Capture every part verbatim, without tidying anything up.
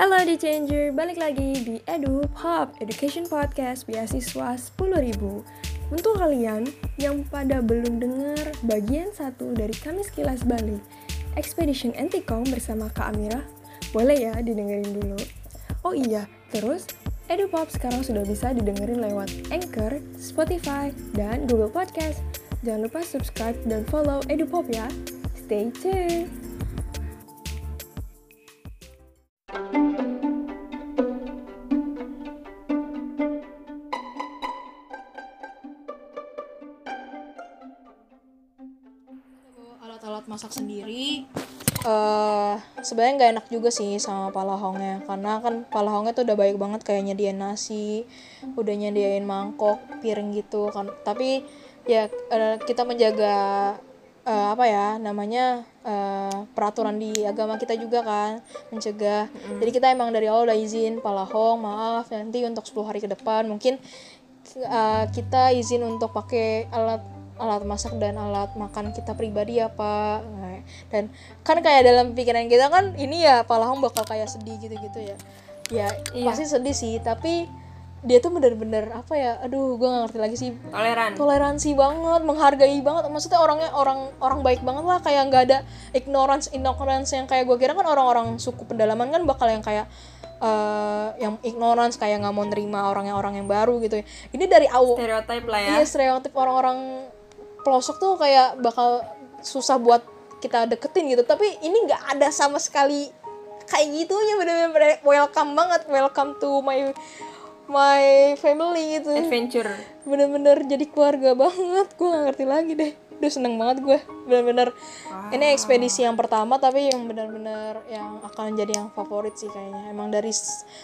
Halo D-Changer, balik lagi di Edu Pop Education Podcast beasiswa sepuluh ribu. Untuk kalian yang pada belum dengar bagian satu dari kami sekilas Bali Expedition Antikong bersama Kak Amira, boleh ya didengerin dulu. Oh iya, terus Edu Pop sekarang sudah bisa didengerin lewat Anchor, Spotify, dan Google Podcast. Jangan lupa subscribe dan follow Edu Pop ya. Stay tuned! Alat-alat masak sendiri uh, sebenarnya nggak enak juga sih sama palahongnya, karena kan palahongnya tuh udah baik banget kayak nyediain nasi, udah nyediain mangkok, piring gitu kan. Tapi ya uh, kita menjaga uh, apa ya namanya uh, peraturan di agama kita juga kan, mencegah. Mm. Jadi kita emang dari awal udah izin palahong, maaf nanti untuk sepuluh hari ke depan mungkin uh, kita izin untuk pakai alat alat masak dan alat makan kita pribadi ya Pak. Nah, dan kan kayak dalam pikiran kita kan ini ya palahong bakal kayak sedih gitu-gitu ya. Ya iya. Pasti sedih sih, tapi dia tuh bener-bener apa ya, aduh gue gak ngerti lagi sih. Toleran. Toleransi banget, menghargai banget. Maksudnya orangnya orang orang baik banget lah, kayak gak ada ignorance ignorance yang kayak gue kira kan orang-orang suku pedalaman kan bakal yang kayak Uh, yang ignorance kayak nggak mau nerima orang yang orang yang baru gitu ya. Ini dari awal stereotip lah ya. Iya, stereotip orang-orang pelosok tuh kayak bakal susah buat kita deketin gitu. Tapi ini nggak ada sama sekali kayak gitunya, bener-bener welcome banget, welcome to my my family gitu. Adventure. Bener-bener jadi keluarga banget. Gue nggak ngerti lagi deh. Udah seneng banget gue, benar-benar. Wow. Ini ekspedisi yang pertama tapi yang benar-benar yang akan jadi yang favorit sih kayaknya. Emang dari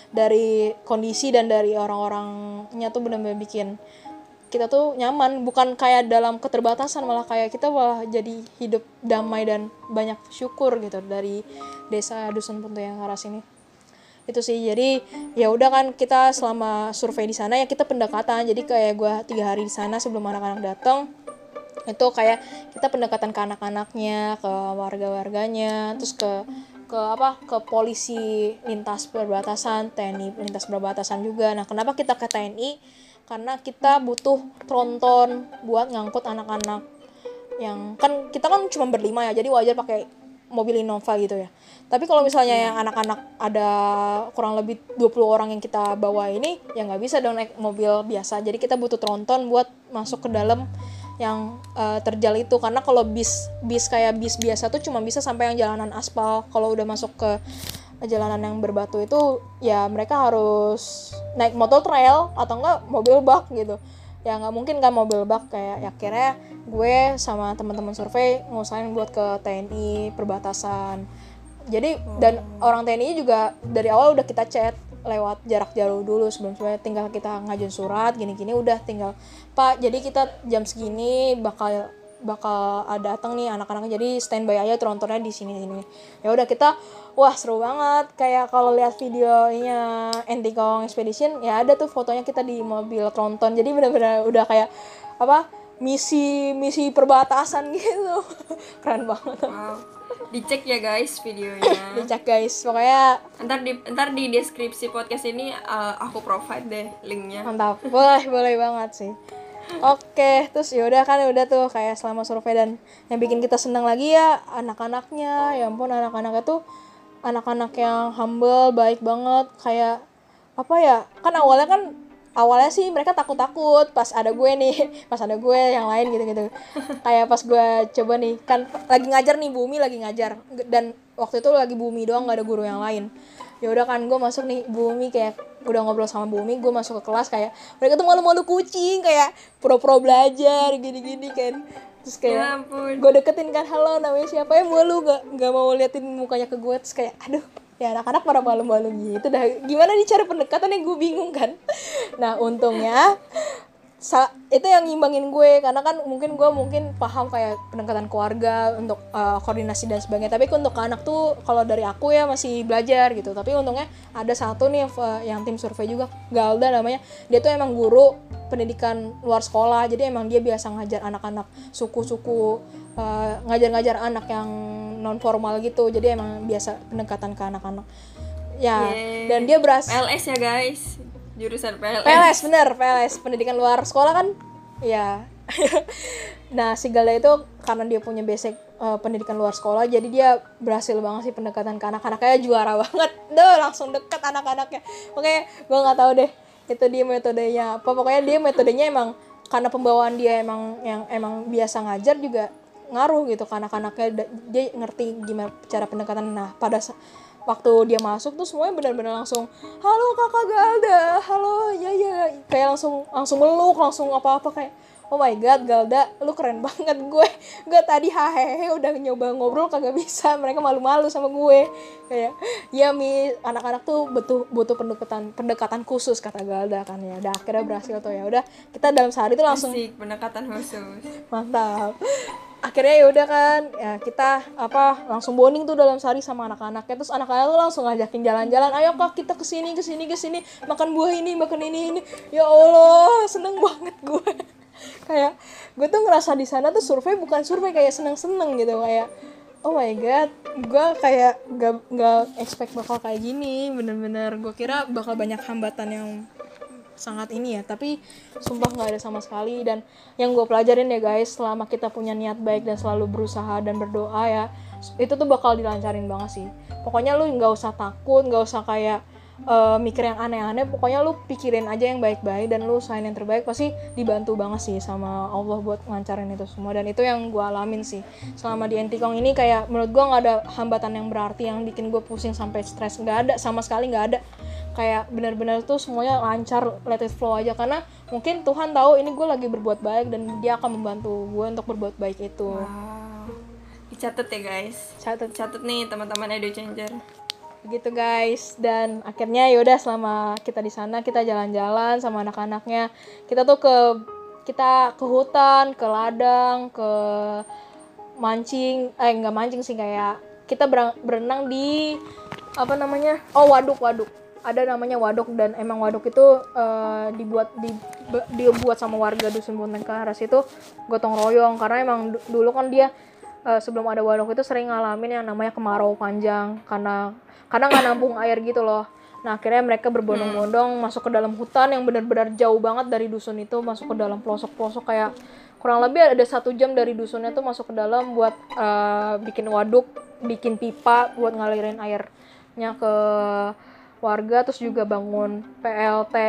dari kondisi dan dari orang-orangnya tuh benar-benar bikin kita tuh nyaman, bukan kayak dalam keterbatasan, malah kayak kita malah jadi hidup damai dan banyak syukur gitu dari desa Dusun Puntu yang Karas ini. Itu sih, jadi ya udah kan kita selama survei di sana ya kita pendekatan. Jadi kayak gue tiga hari di sana sebelum anak-anak datang. Itu kayak kita pendekatan ke anak-anaknya, ke warga-warganya, terus ke ke apa ke polisi lintas perbatasan, T N I lintas perbatasan juga. Nah, kenapa kita ke T N I? Karena kita butuh tronton buat ngangkut anak-anak yang kan kita kan cuma berlima ya, jadi wajar pakai mobil Innova gitu ya. Tapi kalau misalnya yang anak-anak ada kurang lebih dua puluh orang yang kita bawa ini, ya nggak bisa dong naik mobil biasa. Jadi kita butuh tronton buat masuk ke dalam yang uh, terjal itu, karena kalau bis bis kayak bis biasa tuh cuma bisa sampai yang jalanan aspal. Kalau udah masuk ke jalanan yang berbatu itu ya mereka harus naik motor trail atau enggak mobil bak gitu. Ya nggak mungkin kan mobil bak. Kayak ya akhirnya gue sama teman-teman survei ngusahain buat ke T N I perbatasan. Jadi oh. Dan orang T N I juga dari awal udah kita chat lewat jarak jauh dulu sebelum sebelumnya, tinggal kita ngajuin surat gini-gini udah tinggal Pak, jadi kita jam segini bakal bakal ada datang nih anak-anak, jadi standby aja trontonnya di sini sini. Ya udah kita wah seru banget, kayak kalau lihat videonya Antikong Expedition ya ada tuh fotonya kita di mobil tronton. Jadi benar-benar udah kayak apa misi misi perbatasan gitu. Keren banget. Wow. Dicek ya guys videonya. Dicek guys, pokoknya ntar di ntar di deskripsi podcast ini uh, aku provide deh linknya. Mantap, boleh boleh banget sih. Oke, terus ya udah kan udah tuh kayak selama survei, dan yang bikin kita senang lagi ya anak-anaknya. Ya ampun, anak-anaknya tuh anak-anak yang humble, baik banget. Kayak apa ya? Kan awalnya kan awalnya sih mereka takut-takut pas ada gue nih, pas ada gue yang lain gitu-gitu. Kayak pas gue coba nih, kan lagi ngajar nih, Bumi lagi ngajar, dan waktu itu lagi Bumi doang, nggak ada guru yang lain. Ya udah kan gue masuk nih, Bumi kayak udah ngobrol sama Bumi, gue masuk ke kelas kayak mereka tuh malu-malu kucing, kayak pura-pura belajar gini-gini kan. Terus kayak ya gue deketin kan, halo namanya siapa ya, malu nggak nggak mau liatin mukanya ke gue. Terus kayak aduh ya anak-anak pada malu-malu gitu dah, gimana nih cara pendekatan yang gue bingung kan. Nah untungnya sa- itu yang ngimbangin gue, karena kan mungkin gue mungkin paham kayak pendekatan keluarga untuk uh, koordinasi dan sebagainya, tapi untuk anak tuh kalau dari aku ya masih belajar gitu. Tapi untungnya ada satu nih yang, uh, yang tim survei juga, Galda namanya, dia tuh emang guru pendidikan luar sekolah, jadi emang dia biasa ngajar anak-anak suku-suku, uh, ngajar-ngajar anak yang non formal gitu, jadi emang biasa pendekatan ke anak-anak. ya. Yeay. Dan dia berhasil P L S ya guys, jurusan P L S. P L S bener, P L S pendidikan luar sekolah kan, ya. Nah si Galda itu karena dia punya basic uh, pendidikan luar sekolah, jadi dia berhasil banget sih pendekatan ke anak-anaknya, juara banget, duh langsung deket anak-anaknya. Oke, gue nggak tahu deh itu dia metodenya apa, pokoknya dia metodenya emang karena pembawaan dia emang yang emang biasa ngajar juga ngaruh gitu ke anak-anaknya, dia ngerti gimana cara pendekatan. Nah pada waktu dia masuk tuh semuanya benar-benar langsung halo kakak Galda, halo ya ya, kayak langsung langsung meluk, langsung apa-apa kayak oh my god Galda lu keren banget. Gue gue tadi hahehe udah nyoba ngobrol kagak bisa, mereka malu-malu sama gue kayak ya mi anak-anak tuh butuh butuh pendekatan pendekatan khusus kata Galda kan. Ya udah akhirnya berhasil tuh, ya udah kita dalam sehari tuh langsung Asik, pendekatan khusus. mantap. Akhirnya ya udah kan ya kita apa langsung bonding tuh dalam sehari sama anak-anaknya. Terus anak-anak tuh langsung ngajakin jalan-jalan, ayo kak kita kesini kesini kesini makan buah ini makan ini ini. Ya Allah seneng banget gue. Kayak gue tuh ngerasa di sana tuh survei bukan survei, kayak seneng-seneng gitu, kayak oh my god gue kayak gak, gak expect bakal kayak gini, bener-bener gue kira bakal banyak hambatan yang sangat ini ya, tapi sumpah nggak ada sama sekali. Dan yang gue pelajarin ya guys, selama kita punya niat baik dan selalu berusaha dan berdoa ya, itu tuh bakal dilancarin banget sih. Pokoknya lu nggak usah takut, nggak usah kayak Uh, mikir yang aneh-aneh, pokoknya lu pikirin aja yang baik-baik dan lu usahain yang terbaik, pasti dibantu banget sih sama Allah buat ngelancarin itu semua. Dan itu yang gue alamin sih selama di Entikong ini, kayak menurut gue nggak ada hambatan yang berarti yang bikin gue pusing sampai stres, nggak ada sama sekali, nggak ada. Kayak benar-benar tuh semuanya lancar, let it flow aja, karena mungkin Tuhan tahu ini gue lagi berbuat baik dan dia akan membantu gue untuk berbuat baik itu. Wow, dicatat ya guys, catat catat nih teman-teman Edu Changer. Gitu guys. Dan akhirnya yaudah selama kita di sana kita jalan-jalan sama anak-anaknya, kita tuh ke kita ke hutan, ke ladang, ke mancing, eh nggak mancing sih, kayak kita berenang di apa namanya, oh waduk waduk ada namanya waduk. Dan emang waduk itu uh, dibuat di, dibuat sama warga dusun Bonteng Karas itu gotong royong, karena emang d- dulu kan dia uh, sebelum ada waduk itu sering ngalamin yang namanya kemarau panjang karena karena nggak nampung air gitu loh. Nah akhirnya mereka berbondong-bondong masuk ke dalam hutan yang benar-benar jauh banget dari dusun itu, masuk ke dalam pelosok-pelosok, kayak kurang lebih ada satu jam dari dusunnya tuh masuk ke dalam buat uh, bikin waduk, bikin pipa buat ngalirin airnya ke warga, terus juga bangun P L T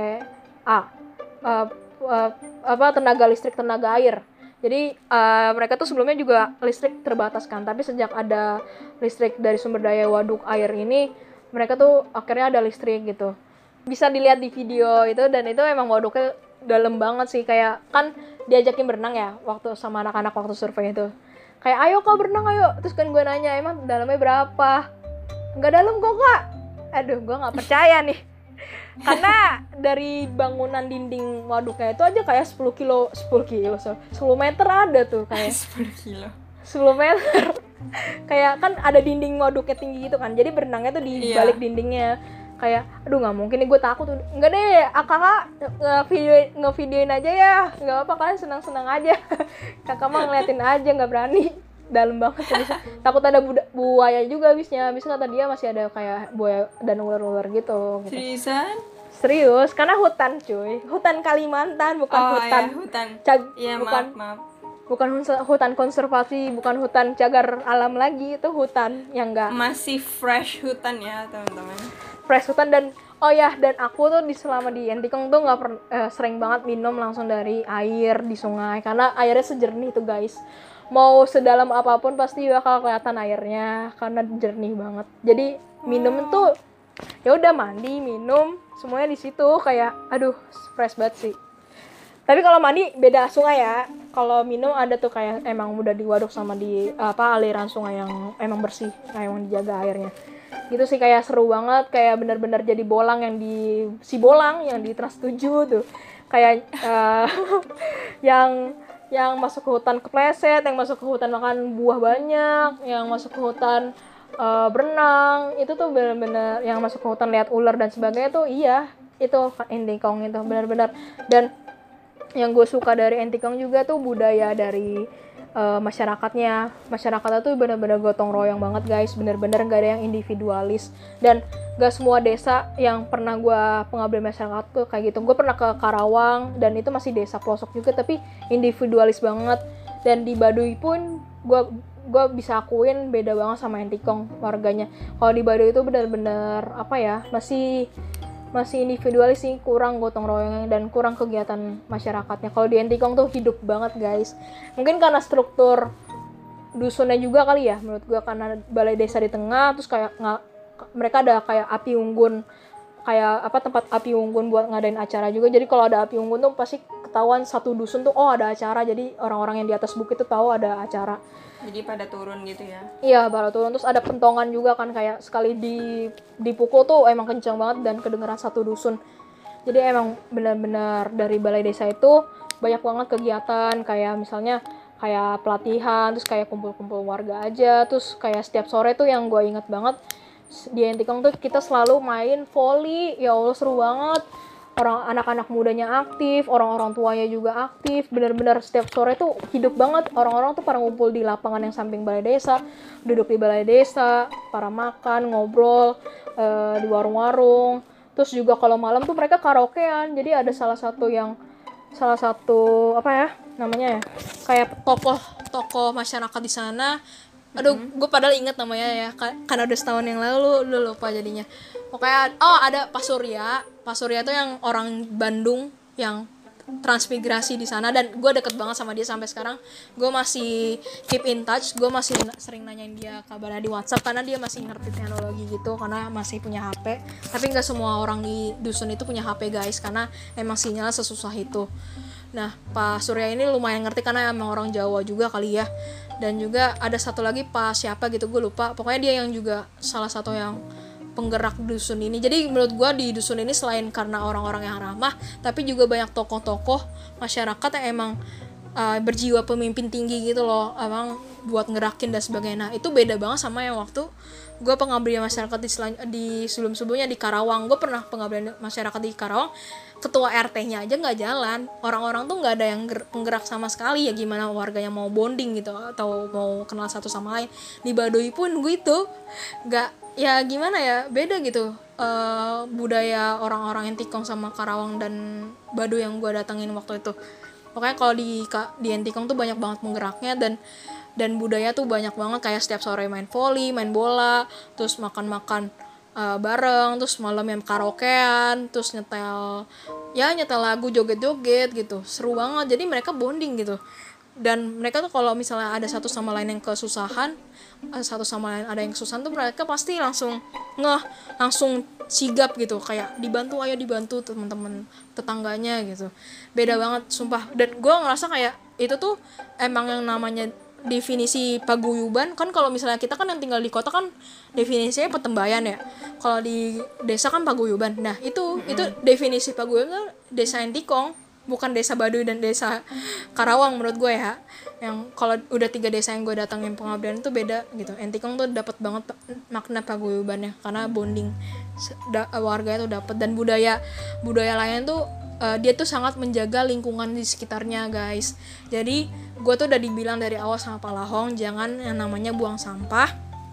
A, uh, uh, apa tenaga listrik tenaga air. Jadi uh, mereka tuh sebelumnya juga listrik terbatas kan, tapi sejak ada listrik dari sumber daya waduk air ini, mereka tuh akhirnya ada listrik gitu. Bisa dilihat di video itu, dan itu emang waduknya dalam banget sih, kayak kan diajakin berenang ya waktu sama anak-anak waktu survei itu. Kayak ayo kak berenang ayo, terus kan gue nanya emang dalamnya berapa? Nggak dalam kok kak. Aduh gue nggak percaya nih. Karena dari bangunan dinding waduknya itu aja kayak sepuluh kilo, sepuluh kilo, sepuluh meter ada tuh kayak sepuluh kilo, sepuluh meter. Kayak kan ada dinding waduknya tinggi gitu kan, jadi berenangnya tuh di balik yeah. dindingnya. Kayak aduh nggak mungkin nih, gue takut. Nggak deh kakak nge-video, nge-videoin aja ya, nggak apa, kalian senang-senang aja. Kakak mah ngeliatin aja, nggak berani. Dalam banget bisa. Takut ada buda- buaya juga abisnya. Abisnya kata dia masih ada kayak buaya dan ular-ular gitu, gitu. Seriusan? Serius, karena hutan cuy. Hutan Kalimantan, bukan oh, hutan. Ya, hutan. Cag- ya, bukan, maaf, maaf. Bukan hutan konservasi, bukan hutan cagar alam lagi. Itu hutan yang enggak. Masih fresh hutan ya teman-teman. Fresh hutan. Dan oh ya, dan aku tuh di selama di Entikong tuh nggak per- eh, sering banget minum langsung dari air di sungai, karena airnya sejernih tuh guys. Mau sedalam apapun pasti bakal kelihatan airnya karena jernih banget. Jadi minum wow. tuh ya udah mandi, minum semuanya di situ, kayak aduh fresh banget sih. Tapi kalau mandi beda sungai ya. Kalau minum ada tuh kayak emang udah diwaduk sama di apa aliran sungai yang emang bersih, kayak emang dijaga airnya. Gitu sih, kayak seru banget, kayak benar-benar jadi bolang yang di si bolang yang di Trans tujuh tuh. Kayak uh, yang yang masuk ke hutan kepleset, yang masuk ke hutan makan buah banyak, yang masuk ke hutan uh, berenang, itu tuh benar-benar yang masuk ke hutan lihat ular dan sebagainya tuh iya, itu Entikong itu benar-benar. Dan yang gue suka dari Entikong juga tuh budaya dari uh, masyarakatnya. Masyarakatnya tuh benar-benar gotong royong banget guys, benar-benar nggak ada yang individualis. Dan gak semua desa yang pernah gue pengabdian masyarakat tuh kayak gitu. Gue pernah ke Karawang dan itu masih desa pelosok juga tapi individualis banget. Dan di Baduy pun gue gue bisa akuin beda banget sama Entikong warganya. Kalau di Baduy itu benar-benar apa ya, masih masih individualis sih, kurang gotong royong dan kurang kegiatan masyarakatnya. Kalau di Entikong tuh hidup banget guys. Mungkin karena struktur dusunnya juga kali ya menurut gue, karena balai desa di tengah, terus kayak nggak, mereka ada kayak api unggun, kayak apa tempat api unggun buat ngadain acara juga. Jadi kalau ada api unggun tuh pasti ketahuan satu dusun tuh oh ada acara, jadi orang-orang yang di atas bukit tuh tahu ada acara. Jadi pada turun gitu ya? Iya, pada turun. Terus ada pentongan juga kan, kayak sekali di dipukul tuh emang kencang banget dan kedengeran satu dusun. Jadi emang benar-benar dari balai desa itu banyak banget kegiatan, kayak misalnya kayak pelatihan, terus kayak kumpul-kumpul warga aja. Terus kayak setiap sore tuh yang gue inget banget di Entikong tuh kita selalu main volley. Ya Allah seru banget. Orang anak-anak mudanya aktif, orang-orang tuanya juga aktif, benar-benar setiap sore tuh hidup banget. Orang-orang tuh pada ngumpul di lapangan yang samping balai desa, duduk di balai desa, para makan, ngobrol uh, di warung-warung. Terus juga kalau malam tuh mereka karaokean. Jadi ada salah satu yang salah satu apa ya namanya ya, kayak tokoh tokoh masyarakat di sana. Aduh, mm-hmm. gue padahal inget namanya ya, karena udah setahun yang lalu udah lupa jadinya. Pokoknya, oh ada Pak Surya. Pak Surya tuh yang orang Bandung yang transmigrasi di sana, dan gue deket banget sama dia sampai sekarang. Gue masih keep in touch, gue masih sering nanyain dia kabarnya di WhatsApp karena dia masih ngerti teknologi gitu, karena masih punya H P. Tapi nggak semua orang di dusun itu punya H P guys, karena emang sinyalnya sesusah itu. Nah, Pak Surya ini lumayan ngerti karena emang orang Jawa juga kali ya. Dan juga ada satu lagi Pak siapa gitu, gue lupa. Pokoknya dia yang juga salah satu yang penggerak dusun ini. Jadi menurut gue di dusun ini selain karena orang-orang yang ramah, tapi juga banyak tokoh-tokoh masyarakat yang emang uh, berjiwa pemimpin tinggi gitu loh, emang buat ngerakin dan sebagainya. Nah itu beda banget sama yang waktu gue pengabdian masyarakat di, selan- di sebelum-sebelumnya di Karawang. Gue pernah pengabdian masyarakat di Karawang, ketua R T-nya aja nggak jalan, orang-orang tuh nggak ada yang ger- penggerak sama sekali. Ya gimana warganya mau bonding gitu atau mau kenal satu sama lain. Di Baduy pun gue itu nggak, ya gimana ya, beda gitu uh, budaya orang-orang Entikong sama Karawang dan Baduy yang gue datengin waktu itu. Pokoknya kalau di di Entikong tuh banyak banget penggeraknya, dan dan budaya tuh banyak banget, kayak setiap sore main volley, main bola, terus makan-makan uh, bareng, terus malam yang karaokean, terus nyetel ya nyetel lagu, joget-joget gitu, seru banget. Jadi mereka bonding gitu. Dan mereka tuh kalau misalnya ada satu sama lain yang kesusahan, satu sama lain ada yang kesusahan tuh mereka pasti langsung ngeh, langsung sigap gitu, kayak dibantu, ayo dibantu teman-teman tetangganya gitu. Beda banget sumpah. Dan gue ngerasa kayak itu tuh emang yang namanya definisi paguyuban kan. Kalau misalnya kita kan yang tinggal di kota kan definisinya petembayan ya, kalau di desa kan paguyuban. Nah itu mm-hmm. itu definisi paguyuban tuh desa Entikong, bukan desa Baduy dan desa Karawang menurut gue ya. Yang kalau udah tiga desa yang gue datangin pengabdian itu beda gitu. Entikong tuh dapat banget makna paguyubannya karena bonding da- warganya tuh dapat. Dan budaya budaya lain tuh uh, dia tuh sangat menjaga lingkungan di sekitarnya guys. Jadi gue tuh udah dibilang dari awal sama Pak Lahong, jangan yang namanya buang sampah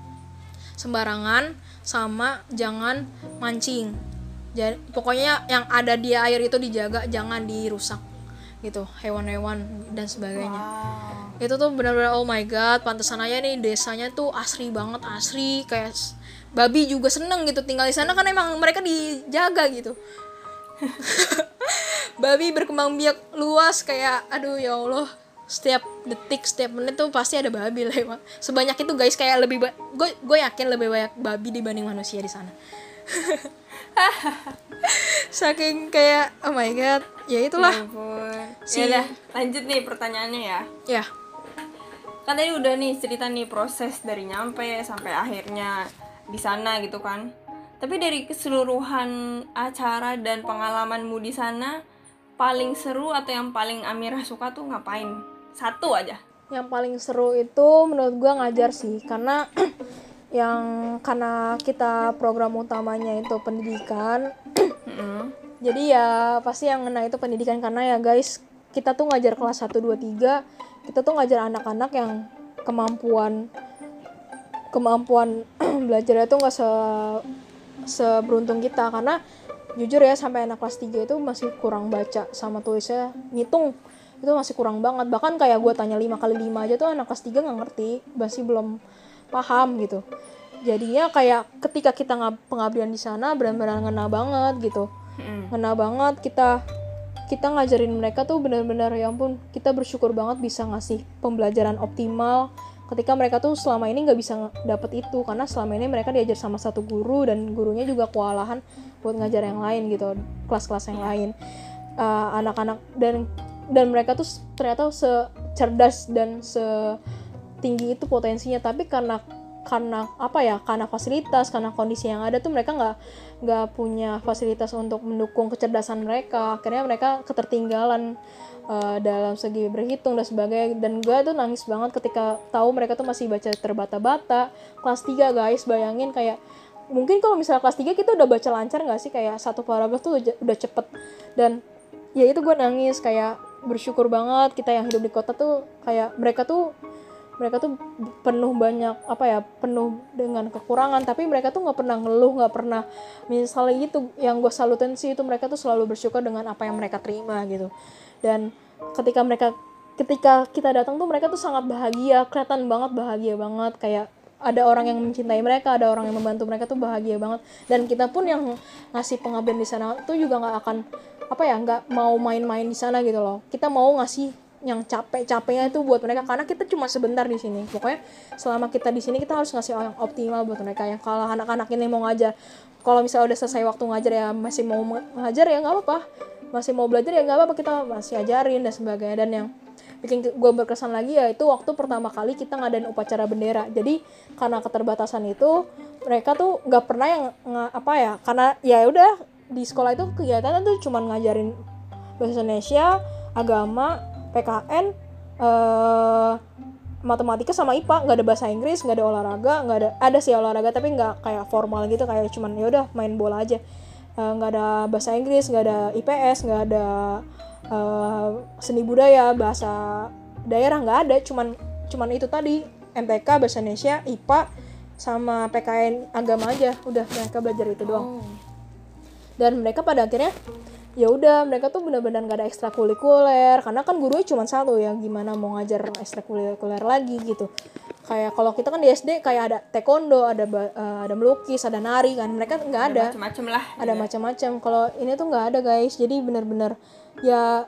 sembarangan, sama jangan mancing. Jadi pokoknya yang ada di air itu dijaga, jangan dirusak gitu, hewan-hewan dan sebagainya. Wow. Itu tuh benar-benar oh my god, pantesan aja nih desanya tuh asri banget, asri kayak babi juga seneng gitu tinggal di sana kan, emang mereka dijaga gitu. Babi berkembang biak luas, kayak aduh ya Allah, setiap detik, setiap menit tuh pasti ada babi lewat. Sebanyak itu guys, kayak lebih ba- gue gue yakin lebih banyak babi dibanding manusia di sana. Saking kayak oh my god, ya itulah. Ya udah, lanjut nih pertanyaannya ya. Ya. Kan tadi udah nih cerita nih proses dari nyampe sampai akhirnya di sana gitu kan. Tapi dari keseluruhan acara dan pengalamanmu di sana, paling seru atau yang paling Amirah suka tuh ngapain? Satu aja. Yang paling seru itu menurut gue ngajar sih, karena yang karena kita program utamanya itu pendidikan. Mm-hmm. Jadi ya pasti yang ngena itu pendidikan, karena ya guys, kita tuh ngajar kelas satu, dua, tiga, kita tuh ngajar anak-anak yang kemampuan kemampuan belajarnya tuh nggak se seberuntung kita, karena jujur ya sampai anak kelas tiga itu masih kurang baca sama tulisnya, ngitung itu masih kurang banget. Bahkan kayak gue tanya lima kali lima aja tuh anak kelas tiga nggak ngerti, masih belum paham gitu. Jadinya kayak ketika kita ngab- pengabdian di sana benar-benar ngena banget gitu, mm. ngena banget kita kita ngajarin mereka tuh benar-benar ya ampun, kita bersyukur banget bisa ngasih pembelajaran optimal ketika mereka tuh selama ini nggak bisa dapet itu, karena selama ini mereka diajar sama satu guru dan gurunya juga kewalahan buat ngajar yang lain gitu, kelas-kelas yang lain, uh, anak-anak dan dan mereka tuh ternyata secerdas dan setinggi itu potensinya, tapi karena karena apa ya karena fasilitas, karena kondisi yang ada tuh mereka nggak nggak punya fasilitas untuk mendukung kecerdasan mereka, akhirnya mereka ketertinggalan uh, dalam segi berhitung dan sebagainya. Dan gue tuh nangis banget ketika tahu mereka tuh masih baca terbata-bata kelas tiga guys. Bayangin kayak mungkin kalau misalnya kelas tiga kita udah baca lancar nggak sih, kayak satu paragraf tuh udah, udah cepet, dan ya itu gue nangis kayak bersyukur banget kita yang hidup di kota tuh kayak mereka tuh mereka tuh penuh banyak apa ya penuh dengan kekurangan, tapi mereka tuh nggak pernah ngeluh, nggak pernah misalnya gitu. Yang gue salutin sih itu mereka tuh selalu bersyukur dengan apa yang mereka terima gitu. Dan ketika mereka ketika kita datang tuh mereka tuh sangat bahagia, kelihatan banget bahagia banget, kayak ada orang yang mencintai mereka, ada orang yang membantu mereka tuh bahagia banget. Dan kita pun yang ngasih pengabdian di sana tuh juga nggak akan apa ya nggak mau main-main di sana gitu loh. Kita mau ngasih yang capek-capeknya itu buat mereka, karena kita cuma sebentar di sini. Pokoknya selama kita di sini kita harus ngasih yang optimal buat mereka. Yang kalau anak-anak ini mau ngajar, kalau misalnya udah selesai waktu ngajar ya masih mau ngajar ya nggak apa-apa, masih mau belajar ya nggak apa-apa, kita masih ajarin dan sebagainya. Dan yang bikin gue berkesan lagi ya itu waktu pertama kali kita ngadain upacara bendera. Jadi karena keterbatasan itu mereka tuh nggak pernah yang nge- apa ya karena ya udah di sekolah itu kegiatannya tuh cuma ngajarin bahasa Indonesia, agama, P K N, uh, matematika sama I P A, nggak ada bahasa Inggris, nggak ada olahraga, nggak ada ada sih olahraga tapi nggak kayak formal gitu, kayak cuman ya udah main bola aja, uh, nggak ada bahasa Inggris, nggak ada I P S, nggak ada uh, seni budaya, bahasa daerah nggak ada, cuman cuman itu tadi M T K, bahasa Indonesia, I P A sama P K N agama aja, udah mereka belajar itu doang. Oh. Dan mereka pada akhirnya ya udah mereka tuh benar-benar nggak ada ekstrakurikuler, karena kan gurunya cuma satu ya, gimana mau ngajar ekstrakurikuler lagi gitu. Kayak kalau kita kan di S D kayak ada taekwondo, ada uh, ada melukis, ada nari kan, mereka nggak ada, ada macam-macam lah, ada juga. macam-macam. Kalau ini tuh nggak ada guys, jadi benar-benar ya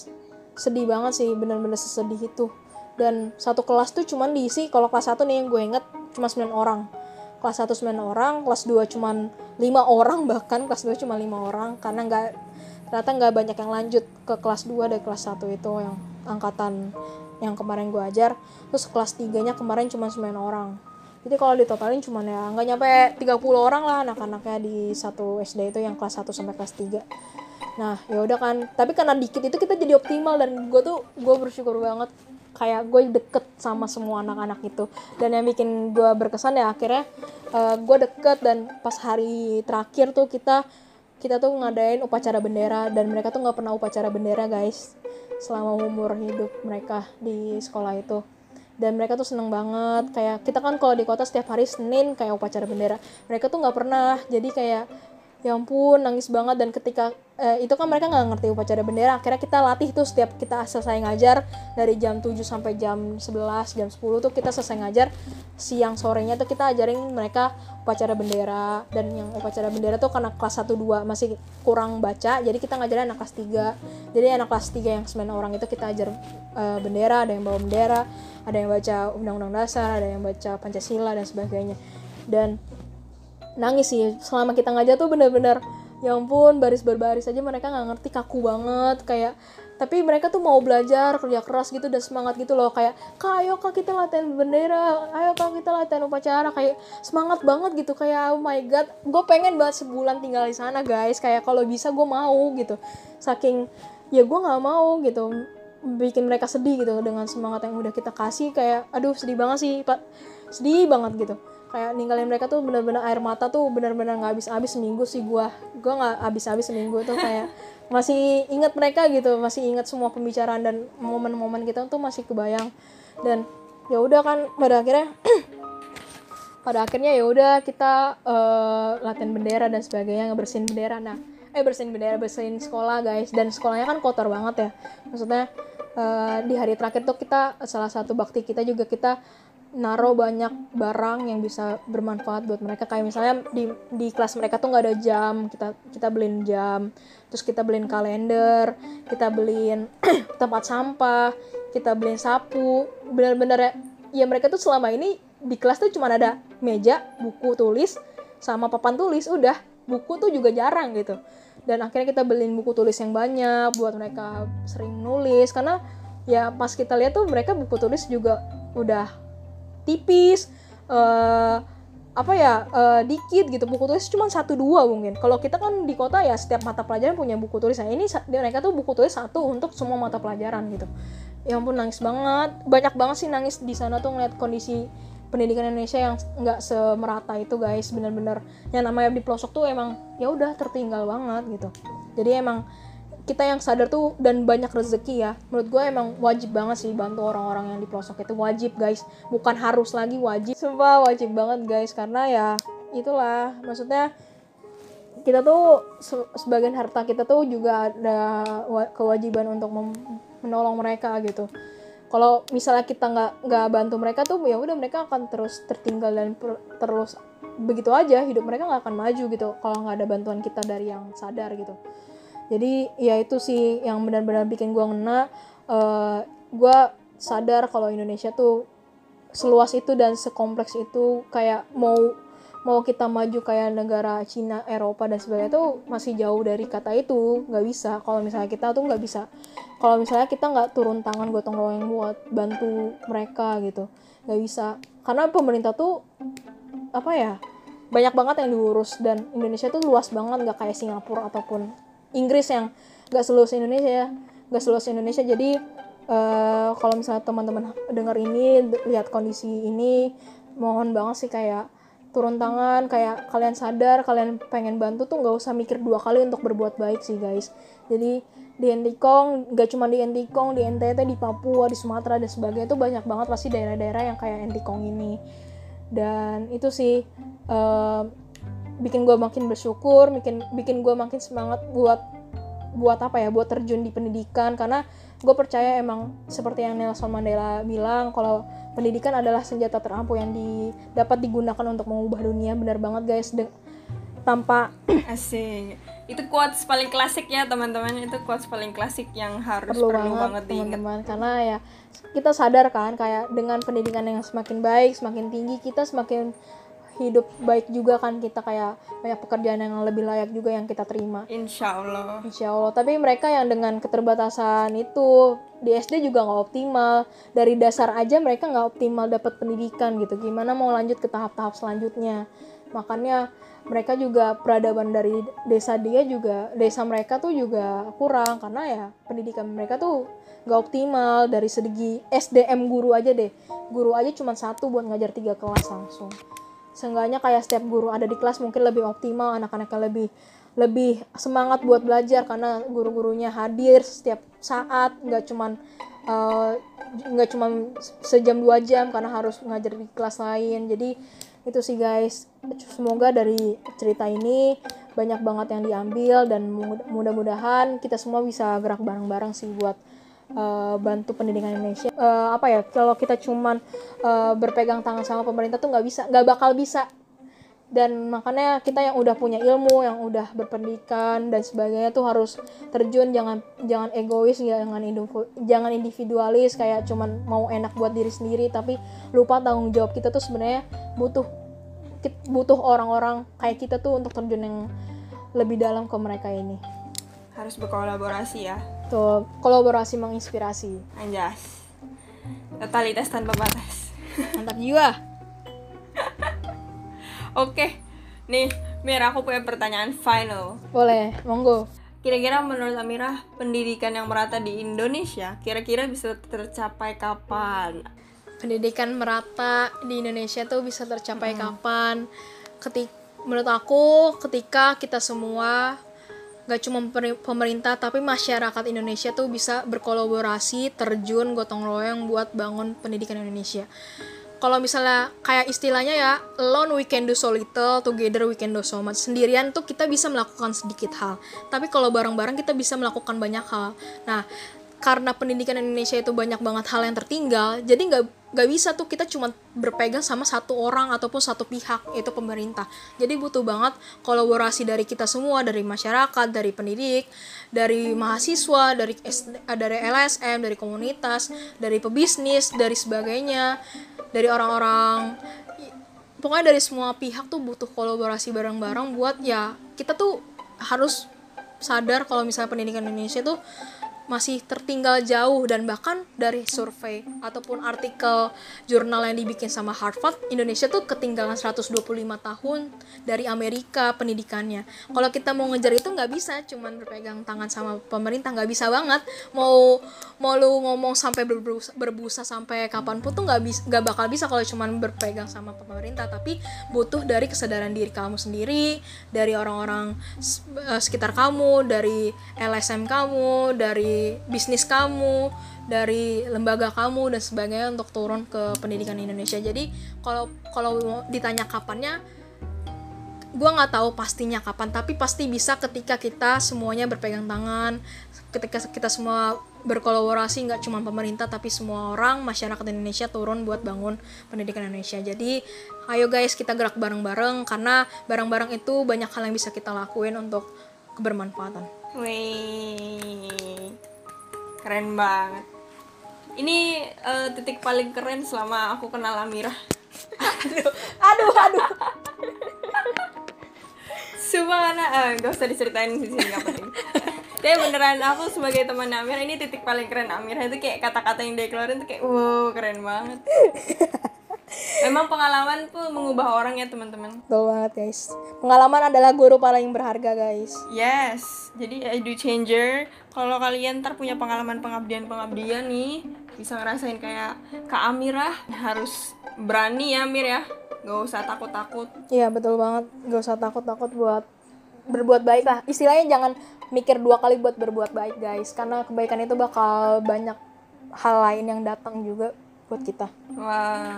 sedih banget sih, benar-benar sesedih itu. Dan satu kelas tuh cuma diisi, kalau kelas satu nih yang gue inget cuma sembilan orang, kelas satu sembilan orang, kelas dua cuma lima orang, bahkan kelas dua cuma lima orang karena nggak ternyata nggak banyak yang lanjut ke kelas dua dari kelas satu itu yang angkatan yang kemarin gue ajar. Terus kelas tiganya kemarin cuma sembilan orang. Jadi kalau ditotalin cuma ya nggak nyampe tiga puluh orang lah anak-anaknya di satu S D itu yang kelas satu sampai kelas tiga. Nah ya udah kan, tapi karena dikit itu kita jadi optimal, dan gue tuh gue bersyukur banget kayak gue deket sama semua anak-anak itu. Dan yang bikin gue berkesan ya akhirnya uh, gue deket, dan pas hari terakhir tuh kita kita tuh ngadain upacara bendera, dan mereka tuh nggak pernah upacara bendera guys selama umur hidup mereka di sekolah itu. Dan mereka tuh seneng banget, kayak kita kan kalau di kota setiap hari Senin kayak upacara bendera, mereka tuh nggak pernah. Jadi kayak ya ampun nangis banget. Dan ketika eh, itu kan mereka nggak ngerti upacara bendera, akhirnya kita latih tuh setiap kita selesai ngajar dari jam tujuh sampai jam sebelas, jam sepuluh tuh kita selesai ngajar, siang sorenya tuh kita ajarin mereka upacara bendera. Dan yang upacara bendera tuh karena kelas satu dua masih kurang baca, jadi kita ngajarin anak kelas tiga. Jadi anak kelas tiga yang sembilan orang itu kita ajar uh, bendera, ada yang bawa bendera, ada yang baca undang-undang dasar, ada yang baca Pancasila dan sebagainya. Dan nangis sih selama kita ngajar tuh benar-benar ya ampun, baris berbaris aja mereka nggak ngerti, kaku banget kayak. Tapi mereka tuh mau belajar, kerja keras gitu, dan semangat gitu loh, kayak kak ayo kak kita latihan bendera, ayo kak kita latihan upacara, kayak semangat banget gitu. Kayak oh my god, gue pengen banget sebulan tinggal di sana guys, kayak kalau bisa gue mau gitu, saking ya gue nggak mau gitu bikin mereka sedih gitu dengan semangat yang udah kita kasih. Kayak aduh sedih banget sih pak, sedih banget gitu. kayak ninggalin mereka tuh bener-bener air mata tuh bener-bener nggak habis-habis seminggu sih gue gue nggak habis-habis seminggu tuh kayak masih ingat mereka gitu, masih ingat semua pembicaraan dan momen-momen kita tuh masih kebayang. Dan ya udah kan pada akhirnya pada akhirnya ya udah kita uh, latihan bendera dan sebagainya, ngebersihin bendera. Nah eh bersihin bendera, bersihin sekolah guys, dan sekolahnya kan kotor banget ya, maksudnya uh, di hari terakhir tuh kita salah satu bakti kita juga kita naruh banyak barang yang bisa bermanfaat buat mereka, kayak misalnya di di kelas mereka tuh nggak ada jam, kita kita beliin jam, terus kita beliin kalender, kita beliin tempat sampah, kita beliin sapu, benar-benar ya, ya mereka tuh selama ini di kelas tuh cuma ada meja, buku tulis sama papan tulis, udah, buku tuh juga jarang gitu. Dan akhirnya kita beliin buku tulis yang banyak buat mereka sering nulis, karena ya pas kita lihat tuh mereka buku tulis juga udah tipis, uh, apa ya, uh, dikit gitu, buku tulis cuma satu dua mungkin. Kalau kita kan di kota ya setiap mata pelajaran punya buku tulis. Nah ini mereka tuh buku tulis satu untuk semua mata pelajaran gitu. Ya ampun, nangis banget, banyak banget sih nangis di sana tuh ngeliat kondisi pendidikan Indonesia yang nggak semerata itu guys, bener-bener yang namanya di pelosok tuh emang ya udah tertinggal banget gitu. Jadi emang kita yang sadar tuh dan banyak rezeki ya, menurut gue emang wajib banget sih bantu orang-orang yang di pelosok itu, wajib guys, bukan harus lagi, wajib, sumpah wajib banget guys, karena ya itulah, maksudnya kita tuh sebagian harta kita tuh juga ada kewajiban untuk mem- menolong mereka gitu. Kalau misalnya kita nggak nggak bantu mereka tuh ya udah mereka akan terus tertinggal dan per, terus begitu aja hidup mereka nggak akan maju gitu kalau nggak ada bantuan kita dari yang sadar gitu. Jadi ya itu sih yang benar-benar bikin gue ngena. Uh, gue sadar kalau Indonesia tuh seluas itu dan sekompleks itu, kayak mau mau kita maju kayak negara Cina, Eropa dan sebagainya tuh masih jauh dari kata itu, nggak bisa. Kalau misalnya kita tuh nggak bisa, kalau misalnya kita nggak turun tangan gotong royong buat bantu mereka gitu, nggak bisa. Karena pemerintah tuh apa ya, banyak banget yang diurus, dan Indonesia tuh luas banget, nggak kayak Singapura ataupun Inggris yang nggak seluas Indonesia ya, nggak seluas Indonesia. Jadi uh, kalau misalnya teman-teman dengar ini, lihat kondisi ini, mohon banget sih kayak turun tangan, kayak kalian sadar, kalian pengen bantu tuh nggak usah mikir dua kali untuk berbuat baik sih guys. Jadi di Entikong, nggak cuma di Entikong, di N T T, di Papua, di Sumatera dan sebagainya tuh banyak banget pasti daerah-daerah yang kayak Entikong ini. Dan itu sih uh, bikin gue makin bersyukur, bikin bikin gue makin semangat buat buat apa ya, buat terjun di pendidikan, karena gue percaya emang seperti yang Nelson Mandela bilang, kalau pendidikan adalah senjata terampuh yang di, dapat digunakan untuk mengubah dunia. Benar banget guys, de- tanpa asing. Itu quotes paling klasik ya teman-teman, itu quotes paling klasik yang harus perlu, perlu banget, banget diingat teman-teman, karena ya kita sadar kan kayak dengan pendidikan yang semakin baik, semakin tinggi, kita semakin hidup baik juga kan, kita kayak banyak pekerjaan yang lebih layak juga yang kita terima, insya Allah. Insya Allah. Tapi mereka yang dengan keterbatasan itu di S D juga nggak optimal, dari dasar aja mereka nggak optimal dapat pendidikan gitu, gimana mau lanjut ke tahap-tahap selanjutnya. Makanya mereka juga peradaban dari desa dia juga, desa mereka tuh juga kurang, karena ya pendidikan mereka tuh nggak optimal dari segi S D M guru aja deh, guru aja cuma satu buat ngajar tiga kelas langsung. Seenggaknya kayak setiap guru ada di kelas mungkin lebih optimal, anak-anaknya lebih lebih semangat buat belajar karena guru-gurunya hadir setiap saat, nggak cuman uh, nggak cuman sejam dua jam karena harus ngajar di kelas lain. Jadi itu sih guys, semoga dari cerita ini banyak banget yang diambil, dan mudah-mudahan kita semua bisa gerak bareng-bareng sih buat Uh, bantu pendidikan Indonesia. Uh, apa ya, kalau kita cuman uh, berpegang tangan sama pemerintah tuh nggak bisa, nggak bakal bisa. Dan makanya kita yang udah punya ilmu, yang udah berpendidikan dan sebagainya tuh harus terjun, jangan jangan egois, jangan jangan individualis kayak cuman mau enak buat diri sendiri, tapi lupa tanggung jawab kita tuh sebenarnya butuh butuh orang-orang kayak kita tuh untuk terjun yang lebih dalam ke mereka ini. Harus berkolaborasi ya. Tuh, kolaborasi menginspirasi. Anjas. Totalitas tanpa batas. Mantap jiwa. Oke. Nih, Mir, aku punya pertanyaan final. Boleh, monggo. Kira-kira menurut Amirah, pendidikan yang merata di Indonesia kira-kira bisa tercapai kapan? pendidikan merata di Indonesia tuh bisa tercapai hmm. kapan? Ketik, menurut aku ketika kita semua, gak cuma pemerintah tapi masyarakat Indonesia tuh bisa berkolaborasi, terjun, gotong royong buat bangun pendidikan Indonesia. Kalau misalnya kayak istilahnya ya, alone we can do so little, together we can do so much. Sendirian tuh kita bisa melakukan sedikit hal, tapi kalau bareng-bareng kita bisa melakukan banyak hal. Nah, karena pendidikan Indonesia itu banyak banget hal yang tertinggal, jadi nggak nggak bisa tuh kita cuma berpegang sama satu orang ataupun satu pihak, yaitu pemerintah. Jadi butuh banget kolaborasi dari kita semua, dari masyarakat, dari pendidik, dari mahasiswa, dari dari L S M, dari komunitas, dari pebisnis, dari sebagainya, dari orang-orang, pokoknya dari semua pihak tuh butuh kolaborasi bareng-bareng buat ya kita tuh harus sadar kalau misalnya pendidikan Indonesia tuh masih tertinggal jauh, dan bahkan dari survei ataupun artikel jurnal yang dibikin sama Harvard, Indonesia tuh ketinggalan seratus dua puluh lima tahun dari Amerika pendidikannya. Kalau kita mau ngejar itu nggak bisa cuman berpegang tangan sama pemerintah, nggak bisa banget. Mau mau lu ngomong sampai berbusa, berbusa sampai kapanpun tuh nggak bisa, nggak bakal bisa kalau cuman berpegang sama pemerintah. Tapi butuh dari kesadaran diri kamu sendiri, dari orang-orang sekitar kamu, dari L S M kamu, dari bisnis kamu, dari lembaga kamu dan sebagainya untuk turun ke pendidikan Indonesia. Jadi kalau kalau ditanya kapannya, gue nggak tahu pastinya kapan, tapi pasti bisa ketika kita semuanya berpegang tangan, ketika kita semua berkolaborasi, nggak cuma pemerintah tapi semua orang, masyarakat Indonesia turun buat bangun pendidikan Indonesia. Jadi ayo guys, kita gerak bareng-bareng, karena bareng-bareng itu banyak hal yang bisa kita lakuin untuk kebermanfaatan. Wih, keren banget. Ini uh, titik paling keren selama aku kenal Amirah. aduh, aduh, aduh. Sumpah, karena uh, gak usah diceritain di sini, gak penting. Tapi beneran aku sebagai teman Amirah, ini titik paling keren Amirah itu kayak kata-kata yang dia keluarin tuh kayak wow, keren banget. Memang pengalaman tuh mengubah orang ya teman-teman. Betul banget guys. Pengalaman adalah guru paling berharga guys. Yes. Jadi edu changer. Kalau kalian ntar punya pengalaman pengabdian-pengabdian nih, bisa ngerasain kayak Kak Amirah, harus berani ya Mir ya. Gak usah takut-takut. Iya betul banget. Gak usah takut-takut buat berbuat baik lah. Istilahnya jangan mikir dua kali buat berbuat baik guys. Karena kebaikan itu bakal banyak hal lain yang datang juga buat kita. Wah,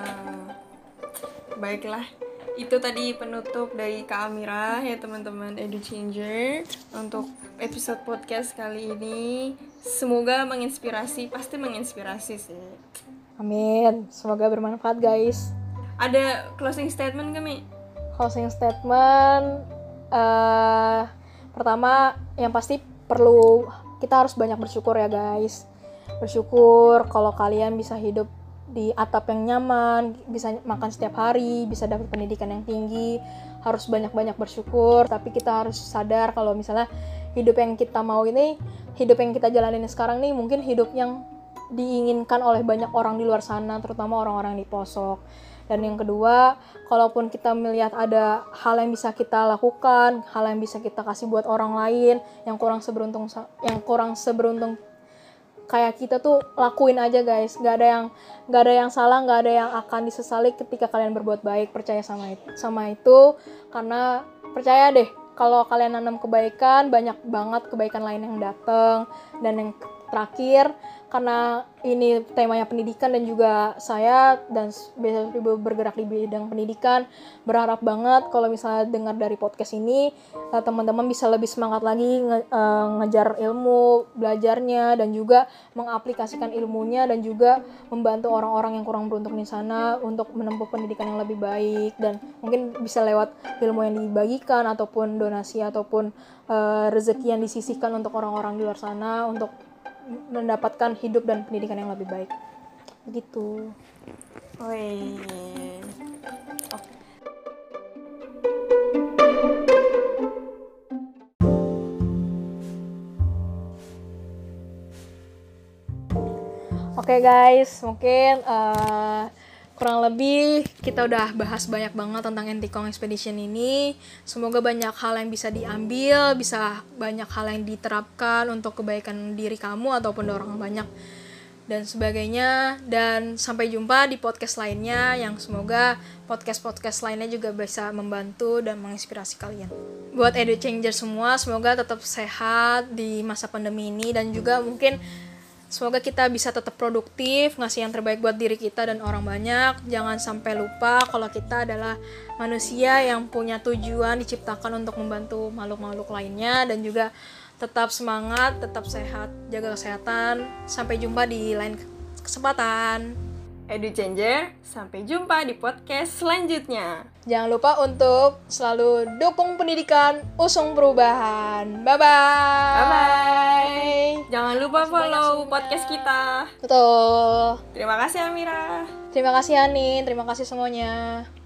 baiklah, itu tadi penutup dari Kak Amirah ya teman-teman Edu Changer untuk episode podcast kali ini. Semoga menginspirasi, pasti menginspirasi sih. Amin, semoga bermanfaat guys. Ada closing statement gak Mi? Closing statement, uh, pertama yang pasti perlu kita harus banyak bersyukur ya guys. Bersyukur kalau kalian bisa hidup di atap yang nyaman, bisa makan setiap hari, bisa dapat pendidikan yang tinggi, harus banyak-banyak bersyukur. Tapi kita harus sadar kalau misalnya hidup yang kita mau ini, hidup yang kita jalanin sekarang nih mungkin hidup yang diinginkan oleh banyak orang di luar sana, terutama orang-orang di pelosok. Dan yang kedua, kalaupun kita melihat ada hal yang bisa kita lakukan, hal yang bisa kita kasih buat orang lain yang kurang seberuntung, yang kurang seberuntung kayak kita tuh lakuin aja guys. Nggak ada yang nggak ada yang salah, nggak ada yang akan disesali ketika kalian berbuat baik. Percaya sama itu, sama itu karena percaya deh kalau kalian nanam kebaikan, banyak banget kebaikan lain yang datang. Dan yang terakhir, karena ini temanya pendidikan dan juga saya dan biasa bergerak di bidang pendidikan, berharap banget kalau misalnya dengar dari podcast ini teman-teman bisa lebih semangat lagi nge- ngejar ilmu, belajarnya, dan juga mengaplikasikan ilmunya dan juga membantu orang-orang yang kurang beruntung di sana untuk menempuh pendidikan yang lebih baik. Dan mungkin bisa lewat ilmu yang dibagikan ataupun donasi ataupun uh, rezeki yang disisihkan untuk orang-orang di luar sana untuk mendapatkan hidup dan pendidikan yang lebih baik. Begitu. Wih. Oke okay guys, mungkin uh, kurang lebih kita udah bahas banyak banget tentang Entikong Expedition ini. Semoga banyak hal yang bisa diambil, bisa banyak hal yang diterapkan untuk kebaikan diri kamu ataupun orang banyak dan sebagainya. Dan sampai jumpa di podcast lainnya, yang semoga podcast-podcast lainnya juga bisa membantu dan menginspirasi kalian. Buat Edu Changer semua, semoga tetap sehat di masa pandemi ini, dan juga mungkin semoga kita bisa tetap produktif, ngasih yang terbaik buat diri kita dan orang banyak. Jangan sampai lupa kalau kita adalah manusia yang punya tujuan diciptakan untuk membantu makhluk-makhluk lainnya. Dan juga tetap semangat, tetap sehat, jaga kesehatan. Sampai jumpa di lain kesempatan. Edu Changer, sampai jumpa di podcast selanjutnya. Jangan lupa untuk selalu dukung pendidikan, usung perubahan. Bye-bye. Bye-bye. Jangan lupa Terima kasih banyak follow semuanya. podcast kita. Betul. Terima kasih Amira. Terima kasih Anin, terima kasih semuanya.